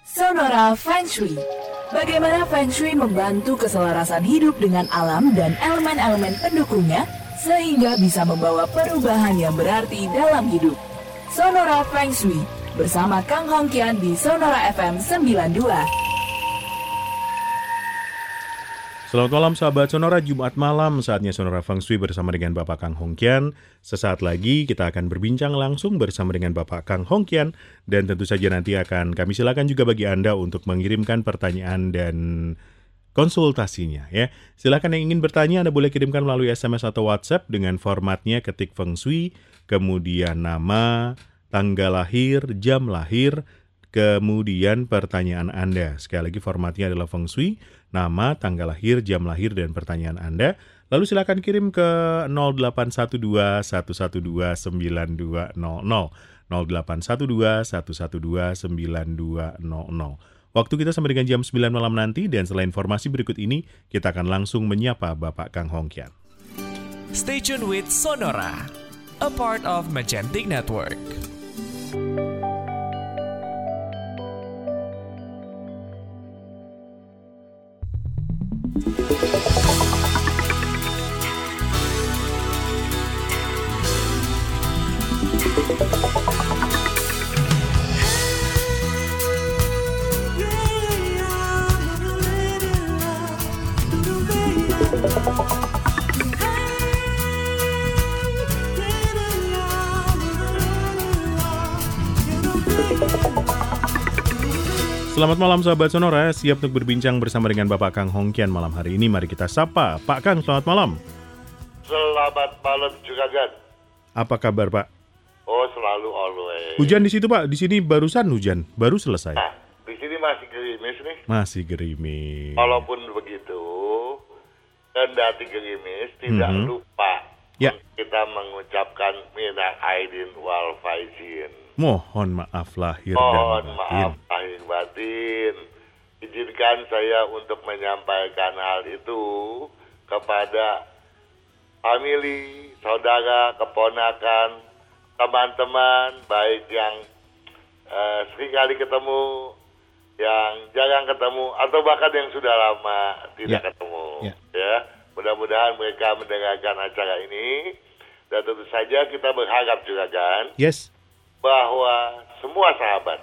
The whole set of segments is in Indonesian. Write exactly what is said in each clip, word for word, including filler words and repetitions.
Sonora Feng Shui. Bagaimana Feng Shui membantu keselarasan hidup dengan alam dan elemen-elemen pendukungnya sehingga bisa membawa perubahan yang berarti dalam hidup. Sonora Feng Shui bersama Kang Hongkian di Sonora F M sembilan puluh dua. Selamat malam sahabat Sonora, Jumat malam saatnya Sonora Feng Shui bersama dengan Bapak Kang Hongkian. Sesaat lagi kita akan berbincang langsung bersama dengan Bapak Kang Hongkian. Dan tentu saja nanti akan kami silakan juga bagi Anda untuk mengirimkan pertanyaan dan konsultasinya ya. Silakan yang ingin bertanya Anda boleh kirimkan melalui S M S atau WhatsApp dengan formatnya ketik Feng Shui, kemudian nama, tanggal lahir, jam lahir, kemudian pertanyaan Anda. Sekali lagi formatnya adalah Feng Shui, nama, tanggal lahir, jam lahir, dan pertanyaan Anda. Lalu silakan kirim ke nol delapan satu dua satu satu dua sembilan dua nol nol. nol delapan satu dua satu satu dua sembilan dua nol nol. Waktu kita sampai dengan jam sembilan malam nanti, dan setelah informasi berikut ini, kita akan langsung menyapa Bapak Kang Hongkian. Stay tuned with Sonora, a part of Magentic Network. Selamat malam sahabat Sonora, siap untuk berbincang bersama dengan Bapak Kang Hongkian malam hari ini. Mari kita sapa Pak Kang, selamat malam. Selamat malam juga, Gan. Apa kabar Pak? Oh, selalu always. Hujan di situ Pak, di sini barusan hujan, baru selesai. Nah, di sini masih gerimis nih. Masih gerimis. Walaupun begitu, kendati gerimis, tidak Mhm. lupa Ya. kita mengucapkan minal aidin wal faizin. Mohon maaf lahir Mohon dan batin. maaf lahir batin. Izinkan saya untuk menyampaikan hal itu kepada famili, saudara, keponakan, teman-teman, baik yang uh, sering kali ketemu, yang jarang ketemu, atau bahkan yang sudah lama tidak Ya. ketemu. Ya. Ya, mudah-mudahan mereka mendengarkan acara ini, dan tentu saja kita berharap juga kan Yes. bahwa semua sahabat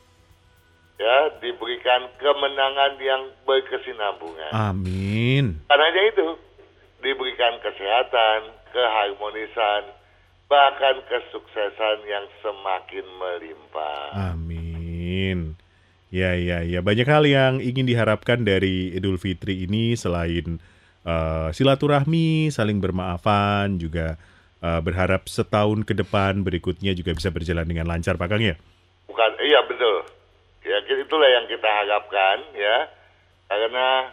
ya diberikan kemenangan yang berkesinambungan. Amin. Karena hanya itu, diberikan kesehatan, keharmonisan, bahkan kesuksesan yang semakin melimpah. Amin. Ya, ya, ya. Banyak hal yang ingin diharapkan dari Idul Fitri ini selain uh, silaturahmi, saling bermaafan, juga uh, berharap setahun ke depan berikutnya juga bisa berjalan dengan lancar, Pak Kang ya? Bukan, iya betul. Ya itulah yang kita harapkan ya, karena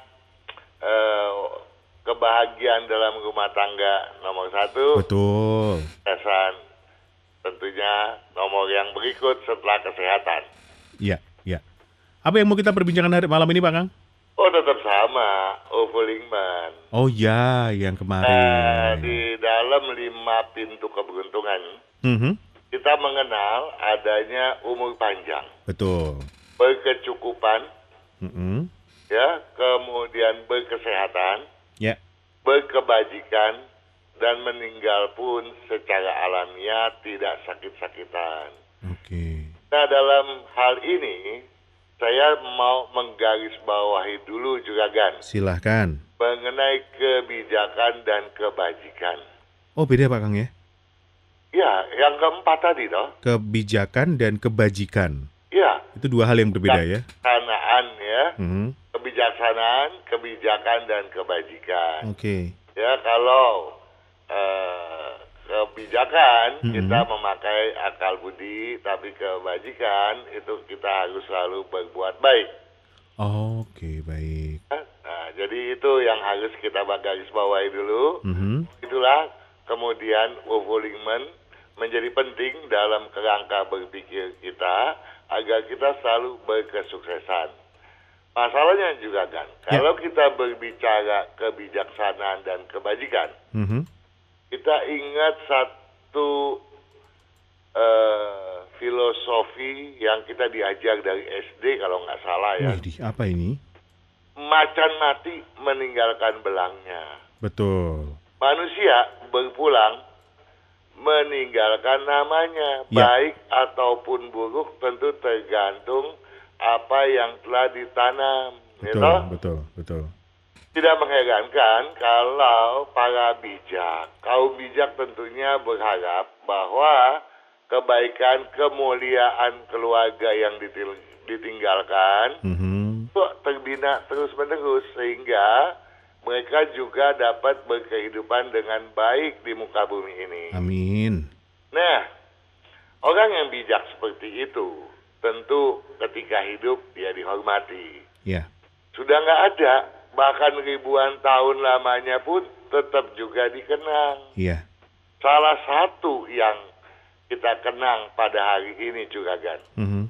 eh, kebahagiaan dalam rumah tangga nomor satu. Betul. Kesehatan tentunya nomor yang berikut setelah kesehatan. Iya, iya. Apa yang mau kita perbincangkan hari malam ini, Pak Kang? Oh, tetap sama, Overlingman. Oh ya, yang Eh, kemarin. di dalam lima pintu keberuntungan, Mhm. kita mengenal adanya umur panjang, Betul. berkecukupan, Mhm. ya, kemudian berkesehatan, Ya. berkebajikan, dan meninggal pun secara alamiah tidak sakit-sakitan. Oke. Nah, dalam hal ini, saya mau menggarisbawahi dulu juga, Gan, Silahkan. mengenai kebijakan dan kebajikan. Oh beda Pak Kang ya? Ya, yang keempat tadi toh. Kebijakan dan kebajikan. Ya, Itu dua hal yang berbeda ya? kebijaksanaan ya. Mhm. Kebijaksanaan, kebijakan, dan kebajikan. Oke. Ya, kalau eh, kebijakan Mhm. kita memakai akal budi, tapi kebajikan itu kita harus selalu berbuat baik. Oke, baik. Nah, jadi itu yang harus kita garis bawahi dulu. Mhm. Itulah kemudian Overlingman menjadi penting dalam kerangka berpikir kita agar kita selalu berkesuksesan. Masalahnya juga kan, Ya. kalau kita berbicara kebijaksanaan dan kebajikan, Mhm. kita ingat satu eh, filosofi yang kita diajar dari S D kalau nggak salah ya. Widih, apa ini? Macan mati meninggalkan belangnya. Betul. Manusia berpulang meninggalkan namanya, Ya. baik ataupun buruk tentu tergantung apa yang telah ditanam. Betul, Gitu? betul, betul. Tidak mengherankan kalau para bijak, kaum bijak tentunya berharap bahwa kebaikan, kemuliaan keluarga yang ditil- ditinggalkan Mhm. itu terbina terus-menerus sehingga mereka juga dapat berkehidupan dengan baik di muka bumi ini. Amin. Nah, orang yang bijak seperti itu tentu ketika hidup dia dihormati. Ya. Sudah nggak ada, bahkan ribuan tahun lamanya pun tetap juga dikenang. Iya. Salah satu yang kita kenang pada hari ini Juragan, Mhm.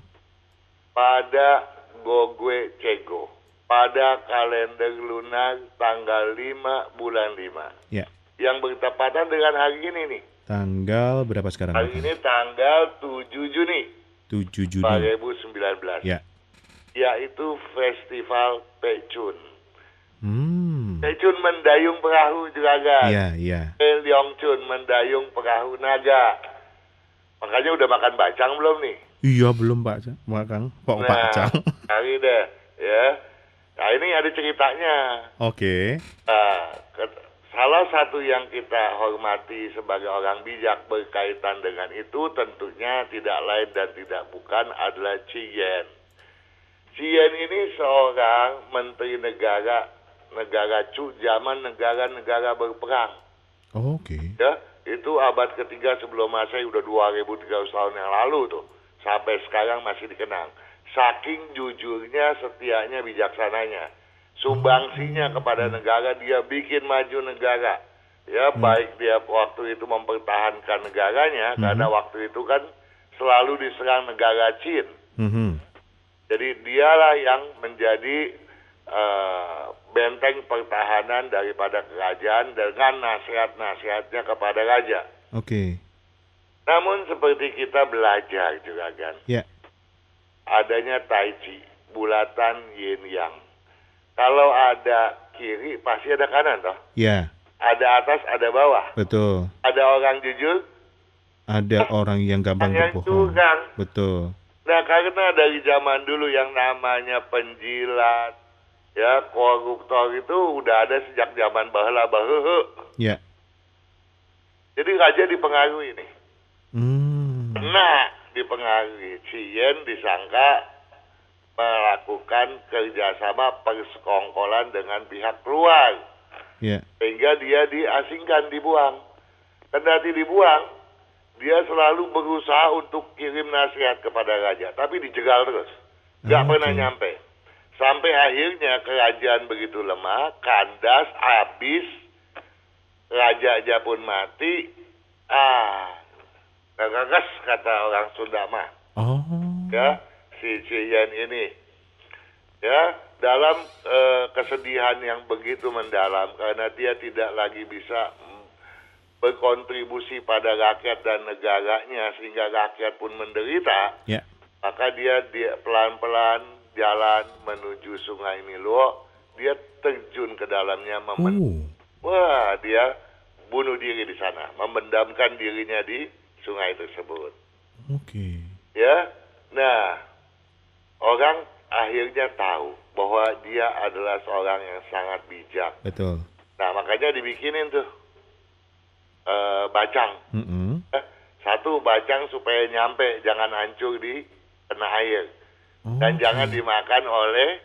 pada Gogwe Cego, pada kalender lunar tanggal lima bulan lima, Ya. yang bertepatan dengan hari ini nih. Tanggal berapa sekarang? Hari Bapak? ini tanggal tujuh Juni tujuh Juni. dua ribu sembilan belas, Ya. yaitu Festival Pecun. Hmm. Pecun mendayung perahu Juragan. Iya, iya. Leongchun mendayung perahu naga. Makanya udah makan bacang belum nih? Iya, belum Pak Cang. Pak Kang. Kok Pak Cang? Hari deh, ya. Nah ini ada ceritanya. Oke. Nah, ke- salah satu yang kita hormati sebagai orang bijak berkaitan dengan itu tentunya tidak lain dan tidak bukan adalah Ciyen. Ciyen ini seorang menteri negara negara Chu zaman negara-negara berperang. Oke. Ya, itu abad ketiga sebelum Masehi, udah dua ribu tiga ratus tahun yang lalu tuh. Sampai sekarang masih dikenang. Saking jujurnya, setianya, bijaksananya. Sumbangsinya kepada negara, dia bikin maju negara. Ya, baik dia waktu itu mempertahankan negaranya, karena waktu itu kan selalu diserang negara Qin. Mhm. Jadi dialah yang menjadi uh, benteng pertahanan daripada kerajaan dengan nasihat-nasihatnya kepada raja. Oke. Namun seperti kita belajar juga kan, Ya. adanya Tai Chi, bulatan Yin Yang. Kalau ada kiri, pasti ada kanan toh. Ya. Ada atas, ada bawah. Betul. Ada orang jujur, Ada orang yang gampang yang berbohong. curang. Betul. Nah, karena dari zaman dulu yang namanya penjilat, ya, koruptor itu udah ada sejak zaman baheula bahehe. Ya. Jadi raja dipengaruhi nih. Hmm. Nah, dipengaruhi. Ciyen disangka melakukan kerjasama persekongkolan dengan pihak luar. Ya. Sehingga dia diasingkan, dibuang. Kendati dibuang, dia selalu berusaha untuk kirim nasihat kepada raja. Tapi dijegal terus. Gak Oke. pernah nyampe. Sampai akhirnya kerajaan begitu lemah, kandas, habis, rajanya pun mati. Ah, gagas kata orang Sunda mah. Oh. Ya, si Ciyen ini. Ya, dalam eh, kesedihan yang begitu mendalam karena dia tidak lagi bisa mm, berkontribusi pada rakyat dan negaranya sehingga rakyat pun menderita, Ya. maka dia, dia pelan-pelan jalan menuju Sungai Niluo, dia terjun ke dalamnya, memen- Oh. wah dia bunuh diri di sana, memendamkan dirinya di sungai tersebut. Oke. Ya, nah orang akhirnya tahu bahwa dia adalah seorang yang sangat bijak. Betul. Nah makanya dibikinin tuh eh, bacang. Mhm. Eh, Satu bacang supaya nyampe, jangan hancur di tengah air. Dan Oke. jangan dimakan oleh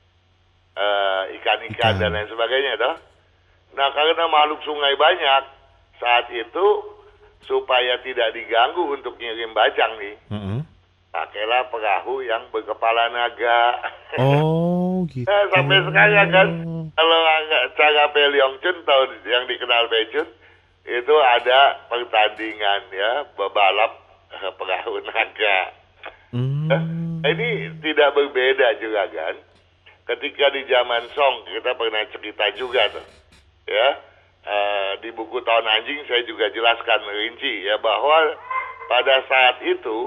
eh, ikan-ikan Ikan. dan lain sebagainya toh. Nah karena makhluk sungai banyak, saat itu supaya tidak diganggu untuk ngirim bacang nih, Mhm. pakailah perahu yang berkepala naga. Oh, gitu. Nah, sampai sekarang kan, kalau agak cara Leongchun tahun yang dikenal Pecun, itu ada pertandingan ya, bebalap eh, perahu naga. Hmm. Nah, ini tidak berbeda juga kan. Ketika di zaman Song kita pernah cerita juga tuh, ya eh, di buku Tahun Anjing saya juga jelaskan rinci ya bahwa pada saat itu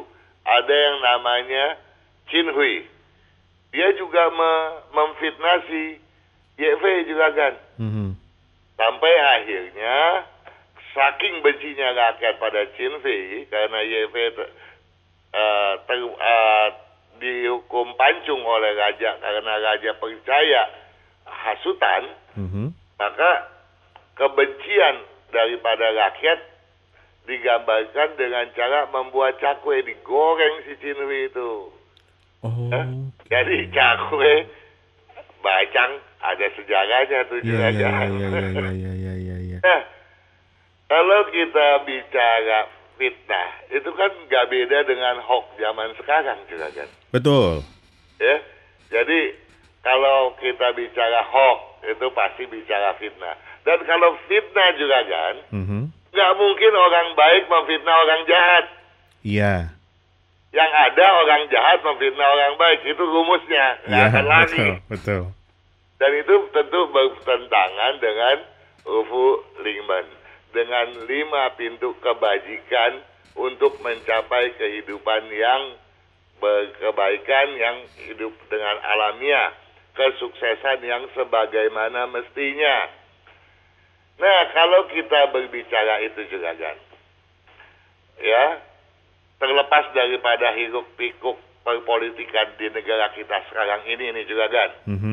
ada yang namanya Chin Hui. Dia juga me- memfitnah si Y V juga kan. Mhm. Sampai akhirnya saking bencinya rakyat pada Chin Hui karena Y V te- uh, ter- uh, dihukum pancung oleh raja karena raja percaya hasutan, Mhm. maka kebencian daripada rakyat digambarkan dengan cara membuat cakwe, digoreng si Chin Hui itu. Oh. Eh, Jadi cakwe bacang ada sejarahnya tuh Iya, juga iya, kan. iya, iya, iya, iya, iya, iya, iya. Nah, kalau kita bicara fitnah, itu kan nggak beda dengan hoax zaman sekarang juga kan. Betul. Ya, jadi kalau kita bicara hoax itu pasti bicara fitnah. Dan kalau fitnah juga kan, Mhm. nggak mungkin orang baik memfitnah orang jahat. Iya. Yang ada orang jahat memfitnah orang baik, itu rumusnya, nggak Iya, akan lari. betul, betul. Dan itu tentu bertentangan dengan Ufu Lingman, dengan lima pintu kebajikan untuk mencapai kehidupan yang berkebaikan, yang hidup dengan alamiah, kesuksesan yang sebagaimana mestinya. Nah, kalau kita berbicara itu juga kan, ya, terlepas daripada hiruk pikuk perpolitikan di negara kita sekarang ini, ini juga kan, Mhm.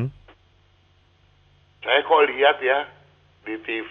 saya kok lihat ya di T V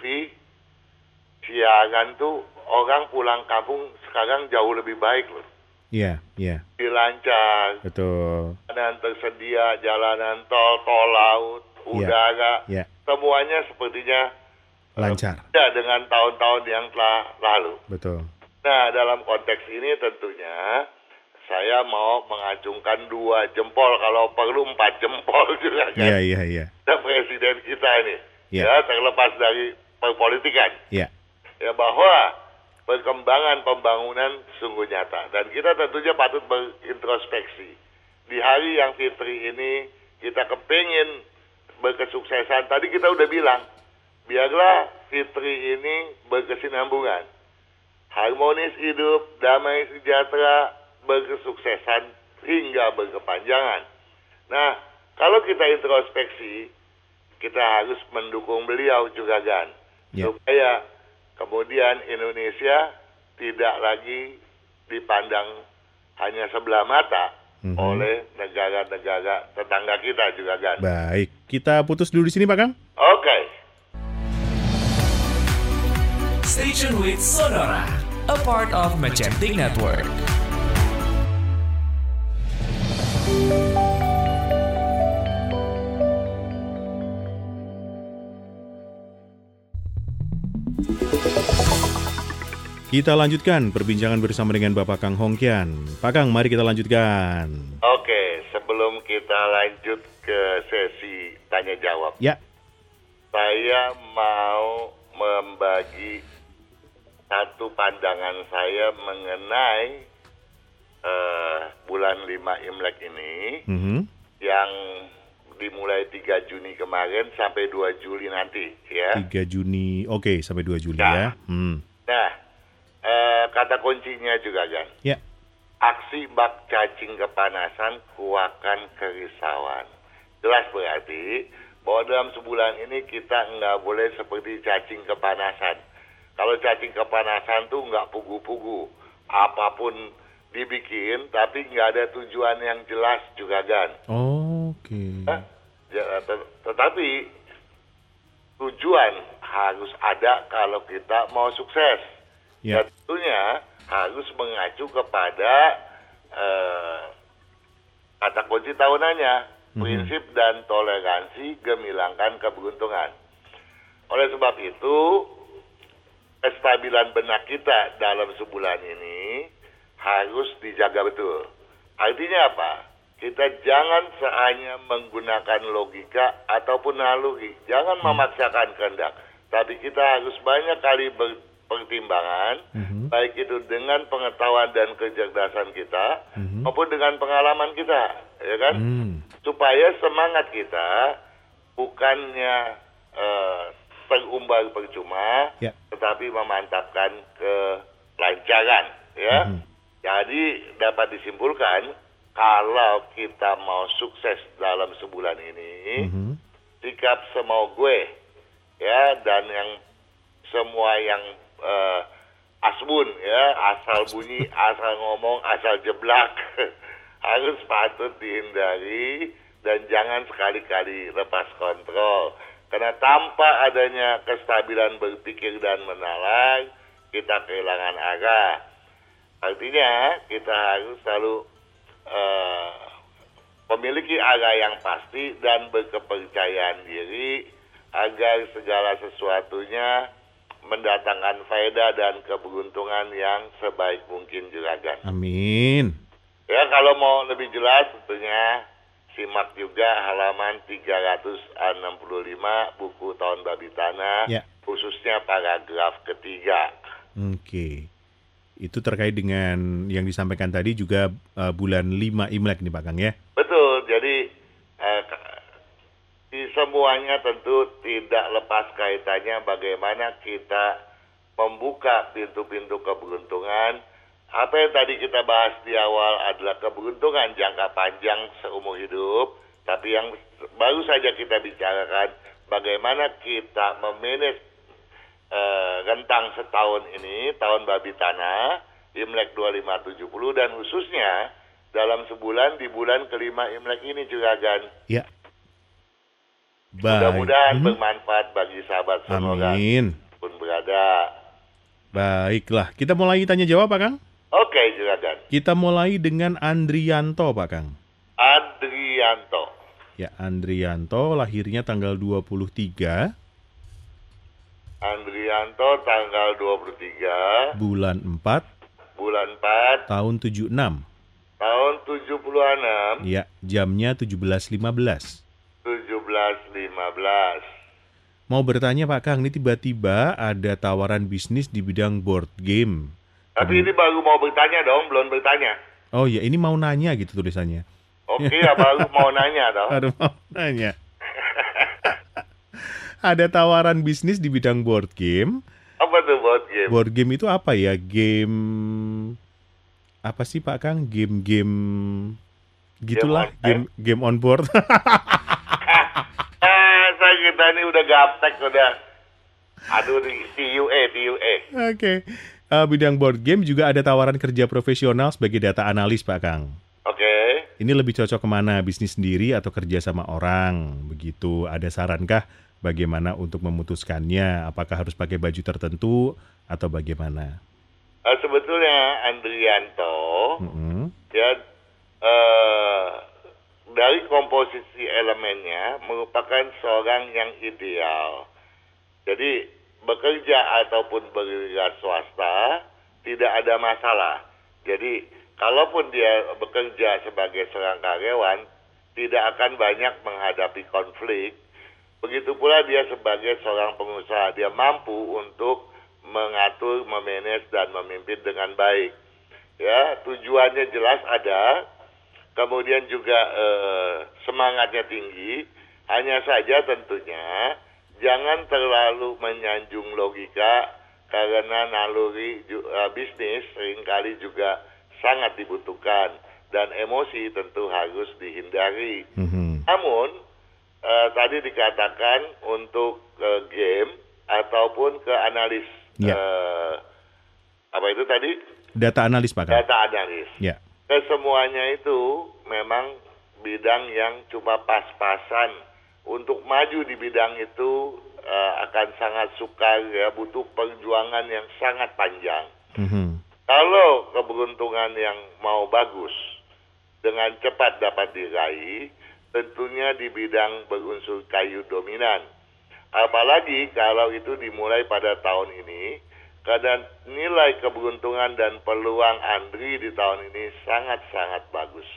siaran tuh orang pulang kampung sekarang jauh lebih baik loh. Iya, iya. Lebih lancar, Betul. dan tersedia jalanan tol, tol laut, Iya, udara, iya. semuanya sepertinya Lancar. beda dengan tahun-tahun yang telah lalu. Betul. Nah, dalam konteks ini tentunya saya mau mengacungkan dua jempol, kalau perlu empat jempol juga kan. Iya, iya, iya. Dan presiden kita ini, Iya. ya, terlepas dari perpolitikan, Iya. ya, bahwa perkembangan pembangunan sungguh nyata. Dan kita tentunya patut berintrospeksi. Di hari yang fitri ini, kita kepingin berkesuksesan. Tadi kita udah bilang, biarlah fitri ini berkesinambungan. Harmonis hidup, damai sejahtera, berkesuksesan hingga berkepanjangan. Nah, kalau kita introspeksi, kita harus mendukung beliau juga kan, Ya. supaya kemudian Indonesia tidak lagi dipandang hanya sebelah mata Mhm. oleh negara-negara tetangga kita juga kan. Baik, kita putus dulu di sini, Pak Kang. Oke. Station with Sonora, a part of Magentic Network. Kita lanjutkan perbincangan bersama dengan Bapak Kang Hongkian. Pak Kang, mari kita lanjutkan. Oke, sebelum kita lanjut ke sesi tanya jawab, Ya. saya mau membagi satu pandangan saya mengenai eh, bulan lima Imlek ini, Mhm. yang dimulai tiga Juni kemarin sampai dua Juli nanti, ya. tiga Juni, oke, sampai dua Juli Ya. ya. Hmm. Nah, eh, kata kuncinya juga kan, Ya. aksi bak cacing kepanasan kuakan kerisauan. Jelas berarti bahwa dalam sebulan ini kita nggak boleh seperti cacing kepanasan. Kalau cacing kepanasan tuh nggak pugu-pugu, apapun dibikin, tapi nggak ada tujuan yang jelas juga kan. Oke. Hah? Ya, tet- tetapi tujuan harus ada kalau kita mau sukses. Ya. Dan tentunya harus mengacu kepada eh, kata kunci tahunannya, Mhm. prinsip dan toleransi gemilangkan keberuntungan. Oleh sebab itu, kestabilan benak kita dalam sebulan ini harus dijaga betul. Artinya apa? Kita jangan hanya menggunakan logika ataupun naluri. Jangan memaksakan kehendak. Tapi kita harus banyak kali berpertimbangan, Mhm. baik itu dengan pengetahuan dan kecerdasan kita, Mhm. maupun dengan pengalaman kita, ya kan? Hmm. Supaya semangat kita bukannya eh, terumbar percuma, Ya. tetapi memantapkan kelancaran, ya. Mhm. Jadi dapat disimpulkan kalau kita mau sukses dalam sebulan ini, Mhm. sikap semau gue ya, dan yang semua yang eh, asbun ya, asal bunyi, asal ngomong, asal jeblak harus patut dihindari dan jangan sekali-kali lepas kontrol. Karena tanpa adanya kestabilan berpikir dan menalar, kita kehilangan arah. Artinya kita harus selalu uh, memiliki arah yang pasti dan berkepercayaan diri agar segala sesuatunya mendatangkan faedah dan keberuntungan yang sebaik mungkin juragan. Amin. Ya, kalau mau lebih jelas tentunya simak juga halaman tiga ratus enam puluh lima buku Tahun Babi Tanah, Ya. khususnya paragraf ketiga. Oke. Itu terkait dengan yang disampaikan tadi juga uh, bulan lima Imlek nih Pak Kang ya? Betul, jadi eh, di semuanya tentu tidak lepas kaitannya bagaimana kita membuka pintu-pintu keberuntungan. Apa yang tadi kita bahas di awal adalah keberuntungan jangka panjang seumur hidup, tapi yang baru saja kita bicarakan bagaimana kita memanage uh, rentang setahun ini, tahun babi tanah, Imlek dua ribu lima ratus tujuh puluh, dan khususnya dalam sebulan di bulan kelima Imlek ini juragan. Ya. Baik. Mudah-mudahan Mhm. bermanfaat bagi sahabat Sonora Amin. pun berada. Baiklah, kita mulai tanya jawab Pak Kang. Oke juragan. Kita mulai dengan Andrianto Pak Kang. Adrianto. Ya, Andrianto lahirnya tanggal dua puluh tiga Andrianto tanggal dua puluh tiga bulan empat bulan empat tahun tujuh puluh enam. tahun tujuh puluh enam Ya, jamnya tujuh belas lima belas. tujuh belas lima belas. Mau bertanya Pak Kang, ini tiba-tiba ada tawaran bisnis di bidang board game. Tapi ini baru mau bertanya dong, belum bertanya. Oh ya, ini mau nanya gitu tulisannya. Oke ya, baru mau nanya dong. Aduh, mau nanya. Ada tawaran bisnis di bidang board game. Apa tuh board game? Board game itu apa ya? Game apa sih Pak Kang? Game-game gitulah, game game on board. Ah, saya kita ini udah gaptek udah. Aduh, T U A, T U A. Oke. Uh, bidang board game juga ada tawaran kerja profesional sebagai data analis Pak Kang. Oke. Ini lebih cocok kemana? Bisnis sendiri atau kerja sama orang? Begitu. Ada sarankah bagaimana untuk memutuskannya? Apakah harus pakai baju tertentu atau bagaimana? Uh, sebetulnya Andrianto, Mm-hmm. ya, uh, dari komposisi elemennya merupakan seorang yang ideal. Jadi bekerja ataupun berwira swasta tidak ada masalah. Jadi kalaupun dia bekerja sebagai seorang karyawan tidak akan banyak menghadapi konflik. Begitu pula dia sebagai seorang pengusaha, dia mampu untuk mengatur, memanage dan memimpin dengan baik. Ya, tujuannya jelas ada. Kemudian juga eh, semangatnya tinggi. Hanya saja tentunya jangan terlalu menyanjung logika karena naluri uh, bisnis seringkali juga sangat dibutuhkan dan emosi tentu harus dihindari. Mm-hmm. Namun uh, tadi dikatakan untuk uh, game ataupun ke analis Ya. uh, apa itu tadi? Data analis Pak Kang. Data analis. Ya. Kesemuanya itu memang bidang yang cuma pas-pasan. Untuk maju di bidang itu uh, akan sangat sukar, ya, butuh perjuangan yang sangat panjang. Mm-hmm. Kalau keberuntungan yang mau bagus dengan cepat dapat diraih, tentunya di bidang berunsur kayu dominan. Apalagi kalau itu dimulai pada tahun ini, karena nilai keberuntungan dan peluang Andri di tahun ini sangat-sangat bagus.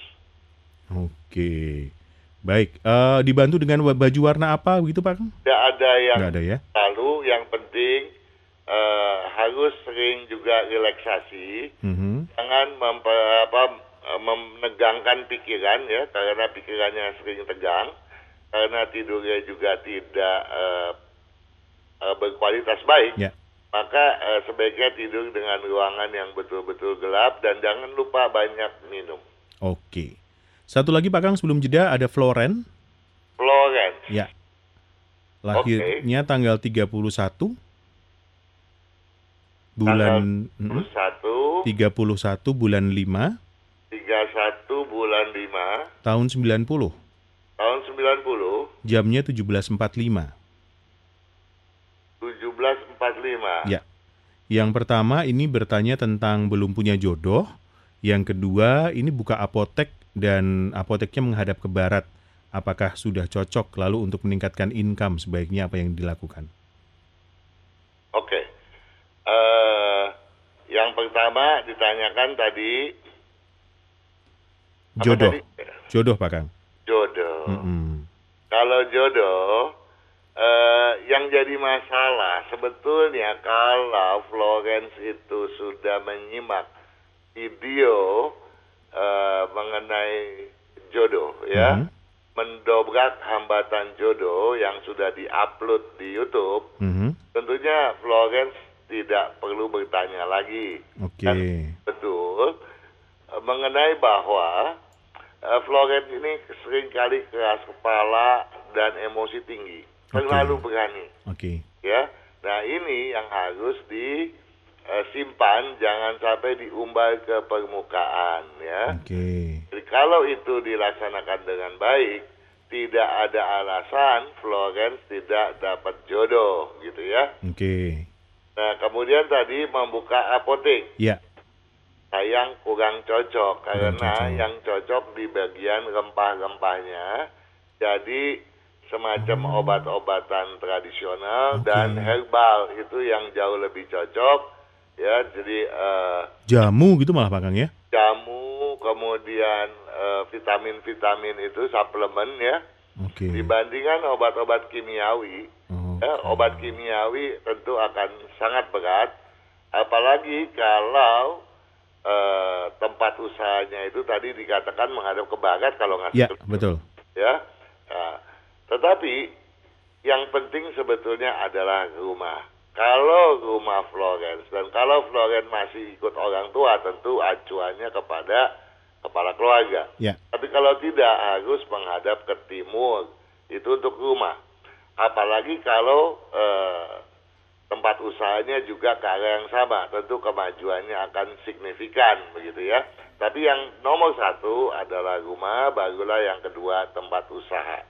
Oke. Baik, uh, dibantu dengan baju warna apa begitu Pak Kang? Tidak ada yang Nggak ada ya? lalu, yang penting uh, harus sering juga relaksasi, Mm-hmm. jangan mempe- apa, menegangkan pikiran ya, karena pikirannya sering tegang, karena tidurnya juga tidak uh, uh, berkualitas baik. Ya. maka eh, sebaiknya tidur dengan ruangan yang betul-betul gelap dan jangan lupa banyak minum. Oke. Satu lagi Pak Kang sebelum jeda ada Floren. Florence. Ya. Lahirnya okay. tanggal tiga puluh satu bulan tanggal satu tiga puluh satu bulan lima tiga puluh satu bulan lima tahun sembilan puluh. Tahun sembilan puluh. Jamnya tujuh belas empat puluh lima. tujuh belas empat puluh lima. Ya. Yang pertama ini bertanya tentang belum punya jodoh. Yang kedua ini buka apotek dan apoteknya menghadap ke barat. Apakah sudah cocok lalu untuk meningkatkan income sebaiknya apa yang dilakukan? Oke. Okay. Uh, yang pertama ditanyakan tadi jodoh. Tadi? Jodoh Pak Kang. Jodoh. Mm-mm. Kalau jodoh uh, yang jadi masalah sebetulnya kalau Florence itu sudah menyimak video uh, mengenai jodoh ya. Mm-hmm. Mendobrak hambatan jodoh yang sudah diupload di YouTube, mm-hmm. tentunya Florence tidak perlu bertanya lagi. Oke. Okay. Betul mengenai bahwa uh, Florence ini seringkali keras kepala dan emosi tinggi, terlalu okay. berani. Oke. Okay. Ya, nah ini yang harus disimpan, jangan sampai diumbar ke permukaan, ya. Oke. Okay. Jadi kalau itu dilaksanakan dengan baik, tidak ada alasan Florence tidak dapat jodoh, gitu ya. Oke. Okay. Nah, kemudian tadi membuka apotek. Iya. Sayang kurang cocok, karena cocok. yang cocok di bagian rempah-rempahnya. Jadi semacam hmm. obat-obatan tradisional okay. dan herbal itu yang jauh lebih cocok. Ya, jadi uh, jamu gitu malah Pak Kang ya? Jamu, kemudian uh, vitamin-vitamin itu suplemen ya. Oke. Okay. Dibandingkan obat-obat kimiawi, okay. ya, obat kimiawi tentu akan sangat berat, apalagi kalau uh, tempat usahanya itu tadi dikatakan menghadap ke barat kalau nggak salah. Ya, betul. Ya, nah, tetapi yang penting sebetulnya adalah rumah. Kalau rumah Florence dan kalau Florence masih ikut orang tua, tentu acuannya kepada kepala keluarga. Ya. Tapi kalau tidak, harus menghadap ke timur. Itu untuk rumah. Apalagi kalau eh, tempat usahanya juga ke arah yang sama, tentu kemajuannya akan signifikan, begitu ya. Tapi yang nomor satu adalah rumah, barulah yang kedua tempat usaha.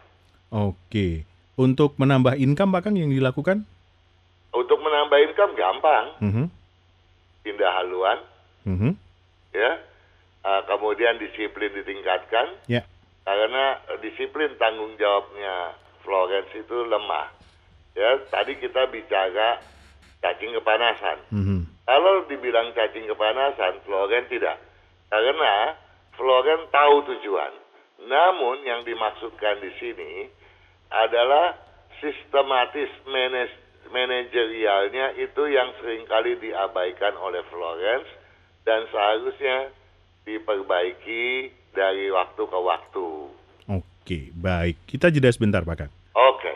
Oke. Untuk menambah income Pak Kang yang dilakukan? Untuk menambah income gampang, mm-hmm. pindah haluan, mm-hmm. ya, uh, kemudian disiplin ditingkatkan, yeah. karena uh, disiplin tanggung jawabnya Florence itu lemah. Ya, tadi kita bicara cacing kepanasan. Mm-hmm. Kalau dibilang cacing kepanasan, Florence tidak, karena Florence tahu tujuan. Namun yang dimaksudkan di sini adalah sistematis manage manajerialnya itu yang seringkali diabaikan oleh Florence dan seharusnya diperbaiki dari waktu ke waktu. Oke, baik. Kita jeda sebentar, Pak Kang. Oke.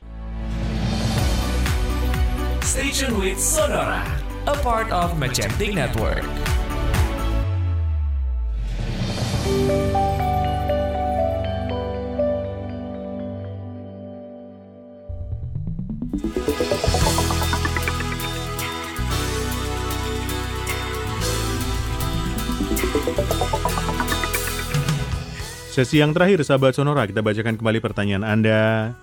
Station with Sonora, a part of Magentic Network. Sesi yang terakhir, sahabat Sonora, kita bacakan kembali pertanyaan Anda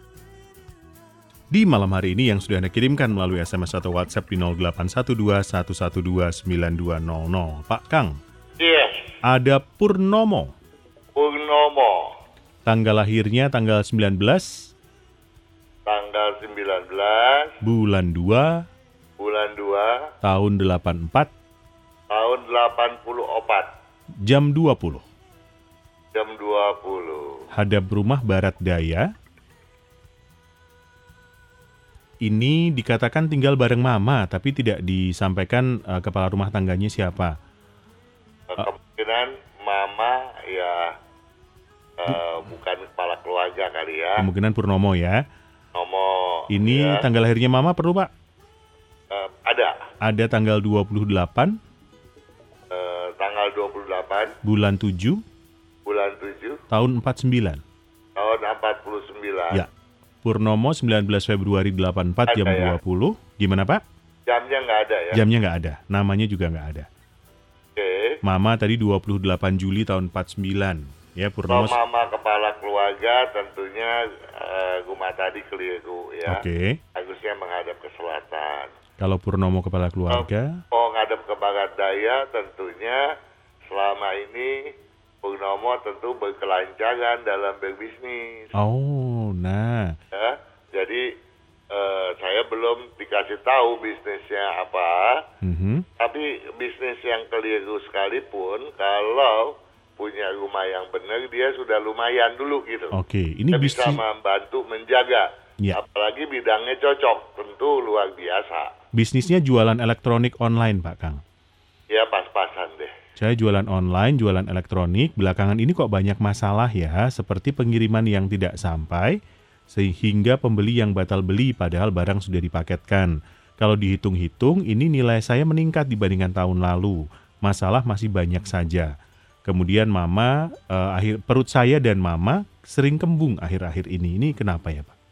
di malam hari ini yang sudah Anda kirimkan melalui S M S atau WhatsApp di nol delapan satu dua satu satu dua sembilan dua nol nol. Pak Kang. Yes. Ada Purnomo. Purnomo. Tanggal lahirnya tanggal sembilan belas. Tanggal sembilan belas. Bulan dua. Bulan dua. Tahun delapan empat. Tahun delapan puluh empat. Jam dua puluh. Jam dua puluh. Hadap rumah barat daya. Ini dikatakan tinggal bareng mama, tapi tidak disampaikan uh, kepala rumah tangganya siapa. Kemungkinan uh, mama ya uh, bukan kepala keluarga kali ya. Kemungkinan Purnomo ya. Nomo. Ini ya. Tanggal lahirnya mama perlu Pak? Uh, Ada tanggal dua puluh delapan. Eh, tanggal dua puluh delapan. Bulan tujuh. Bulan tujuh. Tahun empat puluh sembilan. Tahun empat puluh sembilan. Ya. Purnomo sembilan belas Februari delapan puluh empat ada jam ya? dua puluh. Gimana Pak? Jamnya nggak ada ya? Jamnya nggak ada. Namanya juga nggak ada. Oke. Mama tadi dua puluh delapan Juli tahun empat puluh sembilan. Ya, Purnomo. Kalau mama kepala keluarga tentunya uh, Guma tadi keliru ya. Oke. Harusnya menghadap ke selatan. Kalau Purnomo kepala keluarga. Oh, ngadep ke barat daya tentunya selama ini Purnomo tentu berkelancaran dalam berbisnis. Oh, nah. Ya, jadi eh, saya belum dikasih tahu bisnisnya apa, Mhm. tapi bisnis yang keliru sekalipun kalau punya rumah yang benar dia sudah lumayan dulu gitu. Oke, ini Dia bisa bisnis. membantu menjaga. Ya. Apalagi bidangnya cocok, tentu luar biasa. Bisnisnya jualan elektronik online, Pak Kang. Ya pas-pasan deh. Saya jualan online, jualan elektronik. Belakangan ini kok banyak masalah ya, seperti pengiriman yang tidak sampai, sehingga pembeli yang batal beli padahal barang sudah dipaketkan. Kalau dihitung-hitung, ini nilai saya meningkat dibandingkan tahun lalu. Masalah masih banyak saja. Kemudian mama, eh, akhir perut saya dan mama sering kembung akhir-akhir ini. Ini kenapa ya Pak?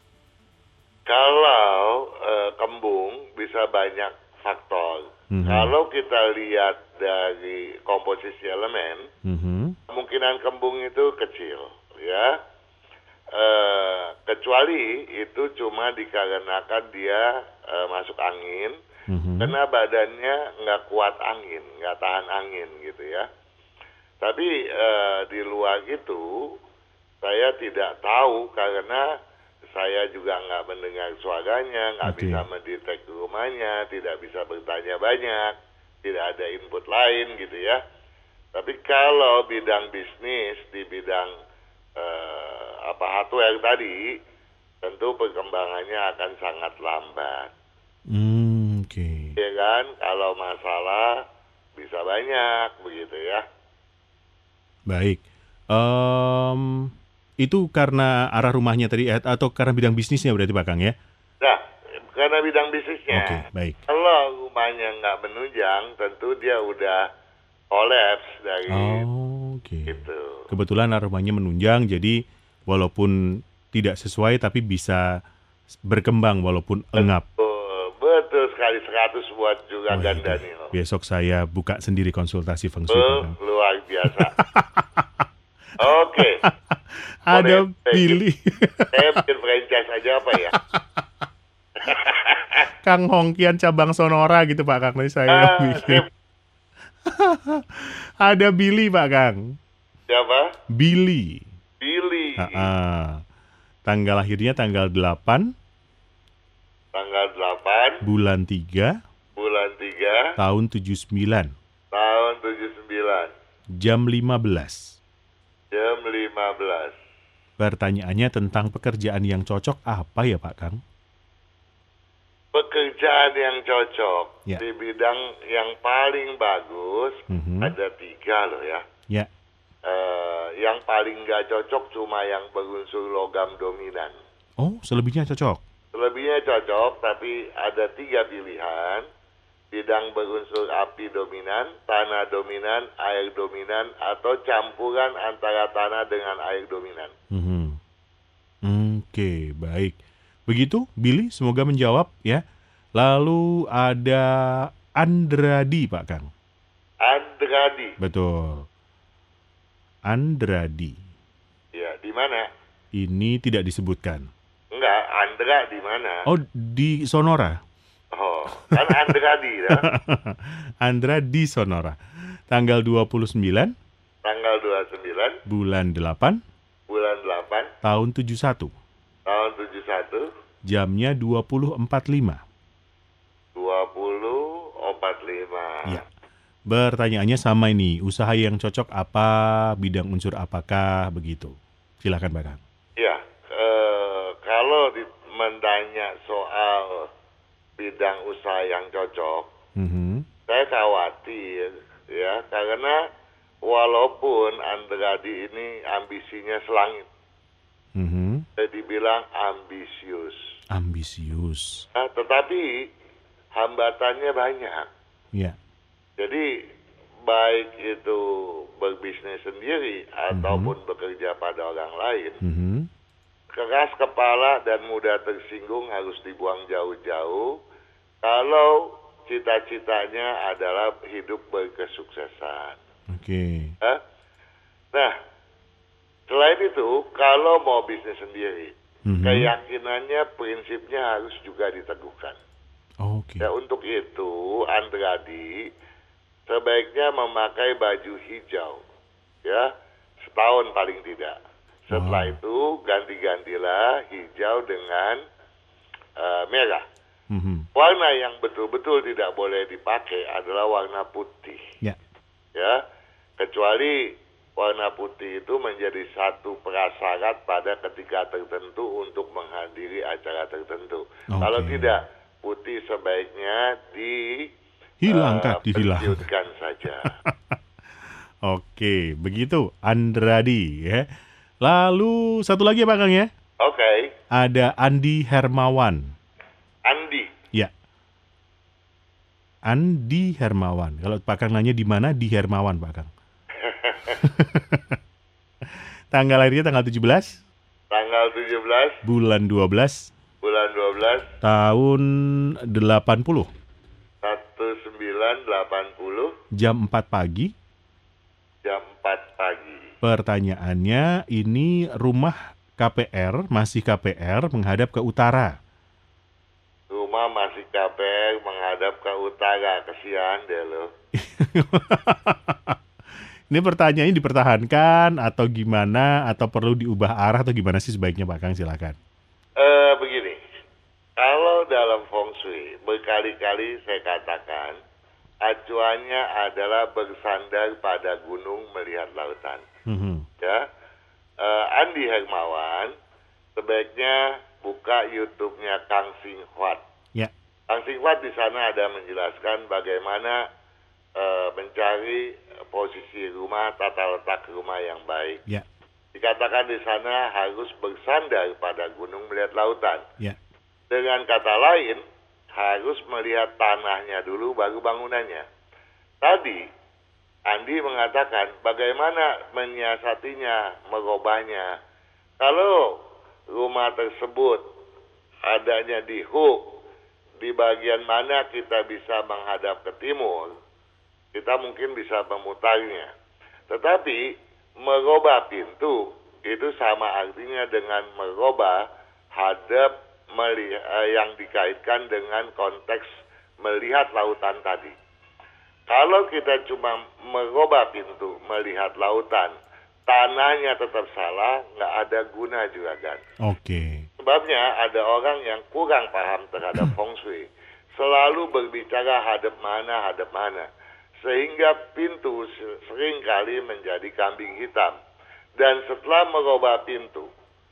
Kalau eh, kembung bisa banyak faktor. Mhm. Kalau kita lihat dari komposisi elemen, Mhm. kemungkinan kembung itu kecil, ya. Eh, kecuali itu cuma dikarenakan dia eh, masuk angin, Mhm. karena badannya nggak kuat angin, nggak tahan angin gitu ya. Tapi eh, di luar itu saya tidak tahu karena saya juga nggak mendengar suaranya, nggak Oke. bisa mendetek rumahnya, tidak bisa bertanya banyak, tidak ada input lain gitu ya. Tapi kalau bidang bisnis di bidang eh, apa hardware tadi, tentu perkembangannya akan sangat lambat. Hmm, oke. Ya kan, kalau masalah bisa banyak begitu ya. Baik. Em, itu karena arah rumahnya tadi eh, atau karena bidang bisnisnya berarti Pak Kang ya? Nah, karena bidang bisnisnya. Oke, baik. Kalau rumahnya nggak menunjang, tentu dia udah kolaps dari Oh, oke. itu. Kebetulan arah rumahnya menunjang, jadi walaupun tidak sesuai tapi bisa berkembang walaupun engap. Betul, betul sekali, seratus buat juga Wah, Ganda itu. nih loh. Besok saya buka sendiri konsultasi feng shui. Pak Oh, Kang. luar biasa. Oke. Ada Boleh, Billy. Saya bikin franchise aja apa ya? Kang Hongkian cabang Sonora gitu Pak Kang. Tadi saya Ah, bikin. sip. Ada Billy Pak Kang. Siapa? Billy. Billy. Ah, ah. Tanggal lahirnya tanggal delapan Tanggal delapan, bulan tiga bulan tiga, tahun tujuh puluh sembilan tahun tujuh puluh sembilan, jam lima belas. jam lima belas. Pertanyaannya tentang pekerjaan yang cocok apa ya Pak Kang? Pekerjaan yang cocok Ya. di bidang yang paling bagus Mhm. ada tiga loh ya. Ya. Eh, yang paling nggak cocok cuma yang berunsur logam dominan. Oh, selebihnya cocok. Selebihnya cocok, tapi ada tiga pilihan. Bidang berunsur api dominan, tanah dominan, air dominan, atau campuran antara tanah dengan air dominan. Mhm. Oke, baik. Begitu, Billy, semoga menjawab ya. Lalu ada Andradi, Pak Kang. Andradi, Betul. Andradi. ya di mana? Ini tidak disebutkan. Enggak, Andra di mana? Oh, di Sonora. Oh, kan Andradi ya. Andra di Sonora. Tanggal dua puluh sembilan Tanggal dua puluh sembilan bulan delapan bulan delapan tahun tujuh puluh satu. tahun tujuh puluh satu, Jamnya dua puluh empat puluh lima. dua puluh empat puluh lima. Ya. Pertanyaannya sama ini, usaha yang cocok apa, bidang unsur apakah, begitu. Silakan Pak Kang. Ya, eh, kalau di, mendanya soal bidang usaha yang cocok, Mhm. saya khawatir ya, karena walaupun Andradi ini ambisinya selangit, Mhm. saya dibilang ambisius. Ambisius. Nah, tetapi hambatannya banyak. Ya. Jadi baik itu berbisnis sendiri ataupun mm-hmm. bekerja pada orang lain, mm-hmm. keras kepala dan mudah tersinggung harus dibuang jauh-jauh kalau cita-citanya adalah hidup berkesuksesan. Oke. Okay. Eh? Nah, selain itu, kalau mau bisnis sendiri, mm-hmm. keyakinannya, prinsipnya harus juga diteguhkan. Oh, Oke. Okay. Ya, untuk itu, Andradi sebaiknya memakai baju hijau, ya, setahun paling tidak. Setelah wow. itu ganti-gantilah hijau dengan uh, merah. Mm-hmm. Warna yang betul-betul tidak boleh dipakai adalah warna putih. Ya. Ya, kecuali warna putih itu menjadi satu prasyarat pada ketika tertentu untuk menghadiri acara tertentu. Okay. Kalau tidak, putih sebaiknya di hilangkan, uh, dihilangkan saja. Oke, begitu Andradi ya. Lalu satu lagi ya Pak Kang ya? Oke. Okay. Ada Andi Hermawan. Andi. Ya. Andi Hermawan. Kalau Pak Kang nanya di mana, di Hermawan Pak Kang. Tanggal lahirnya tanggal tujuh belas. Tanggal tujuh belas. Bulan dua belas. Bulan dua belas. Tahun delapan puluh. sembilan delapan puluh. Jam empat pagi. Jam empat pagi. Pertanyaannya, ini rumah K P R, masih K P R menghadap ke utara. Rumah masih K P R menghadap ke utara, kesian deh lo. Ini pertanyaannya dipertahankan atau gimana, atau perlu diubah arah atau gimana sih sebaiknya Pak Kang, silakan. Eh begini, kalau dalam feng shui berkali-kali saya katakan acuannya adalah bersandar pada gunung melihat lautan. Mm-hmm. Ya, uh, Andi Hermawan sebaiknya buka YouTube-nya Kang Sing Hwat. Yeah. Kang Sing Hwat di sana ada menjelaskan bagaimana uh, mencari posisi rumah, tata letak rumah yang baik. Yeah. Dikatakan di sana harus bersandar pada gunung melihat lautan. Yeah. Dengan kata lain, harus melihat tanahnya dulu baru bangunannya. Tadi Andi mengatakan bagaimana menyiasatinya, merubahnya. Kalau rumah tersebut adanya di hook, di bagian mana kita bisa menghadap ke timur, kita mungkin bisa memutarnya. Tetapi merubah pintu itu sama artinya dengan merubah hadap melihat, yang dikaitkan dengan konteks melihat lautan tadi. Kalau kita cuma merubah pintu melihat lautan, tanahnya tetap salah, nggak ada guna juga kan. Oke. Okay. Sebabnya ada orang yang kurang paham terhadap feng shui, selalu berbicara hadap mana, hadap mana. Sehingga pintu seringkali menjadi kambing hitam. Dan setelah merubah pintu,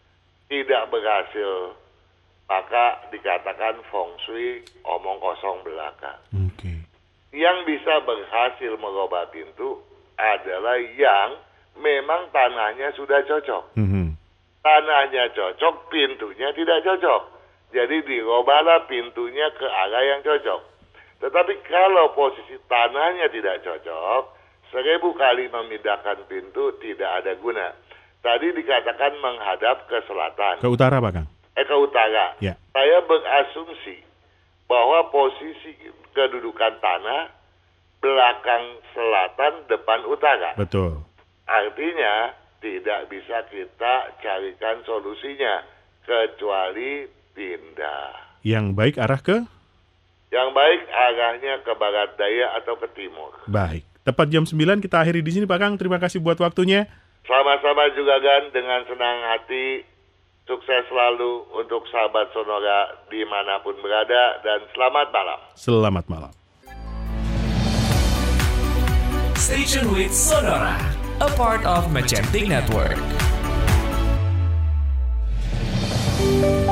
tidak berhasil, maka dikatakan feng shui omong kosong belaka. Okay. Yang bisa berhasil merubah pintu adalah yang memang tanahnya sudah cocok. Mm-hmm. Tanahnya cocok, pintunya tidak cocok. Jadi dirubahlah pintunya ke arah yang cocok. Tetapi kalau posisi tanahnya tidak cocok, seribu kali memindahkan pintu tidak ada guna. Tadi dikatakan menghadap ke selatan. Ke utara, Pak Kang? Eh, ke utara. Ya. Saya berasumsi bahwa posisi kedudukan tanah belakang selatan, depan utara. Betul. Artinya tidak bisa kita carikan solusinya kecuali pindah. Yang baik arah ke? Yang baik arahnya ke barat daya atau ke timur. Baik. Tepat jam sembilan kita akhiri di sini Pak Kang. Terima kasih buat waktunya. Sama-sama juga Gan, dengan senang hati. Sukses selalu untuk sahabat Sonora dimanapun berada, dan selamat malam. Selamat malam. Station with Sonora, a part of Magentic Network.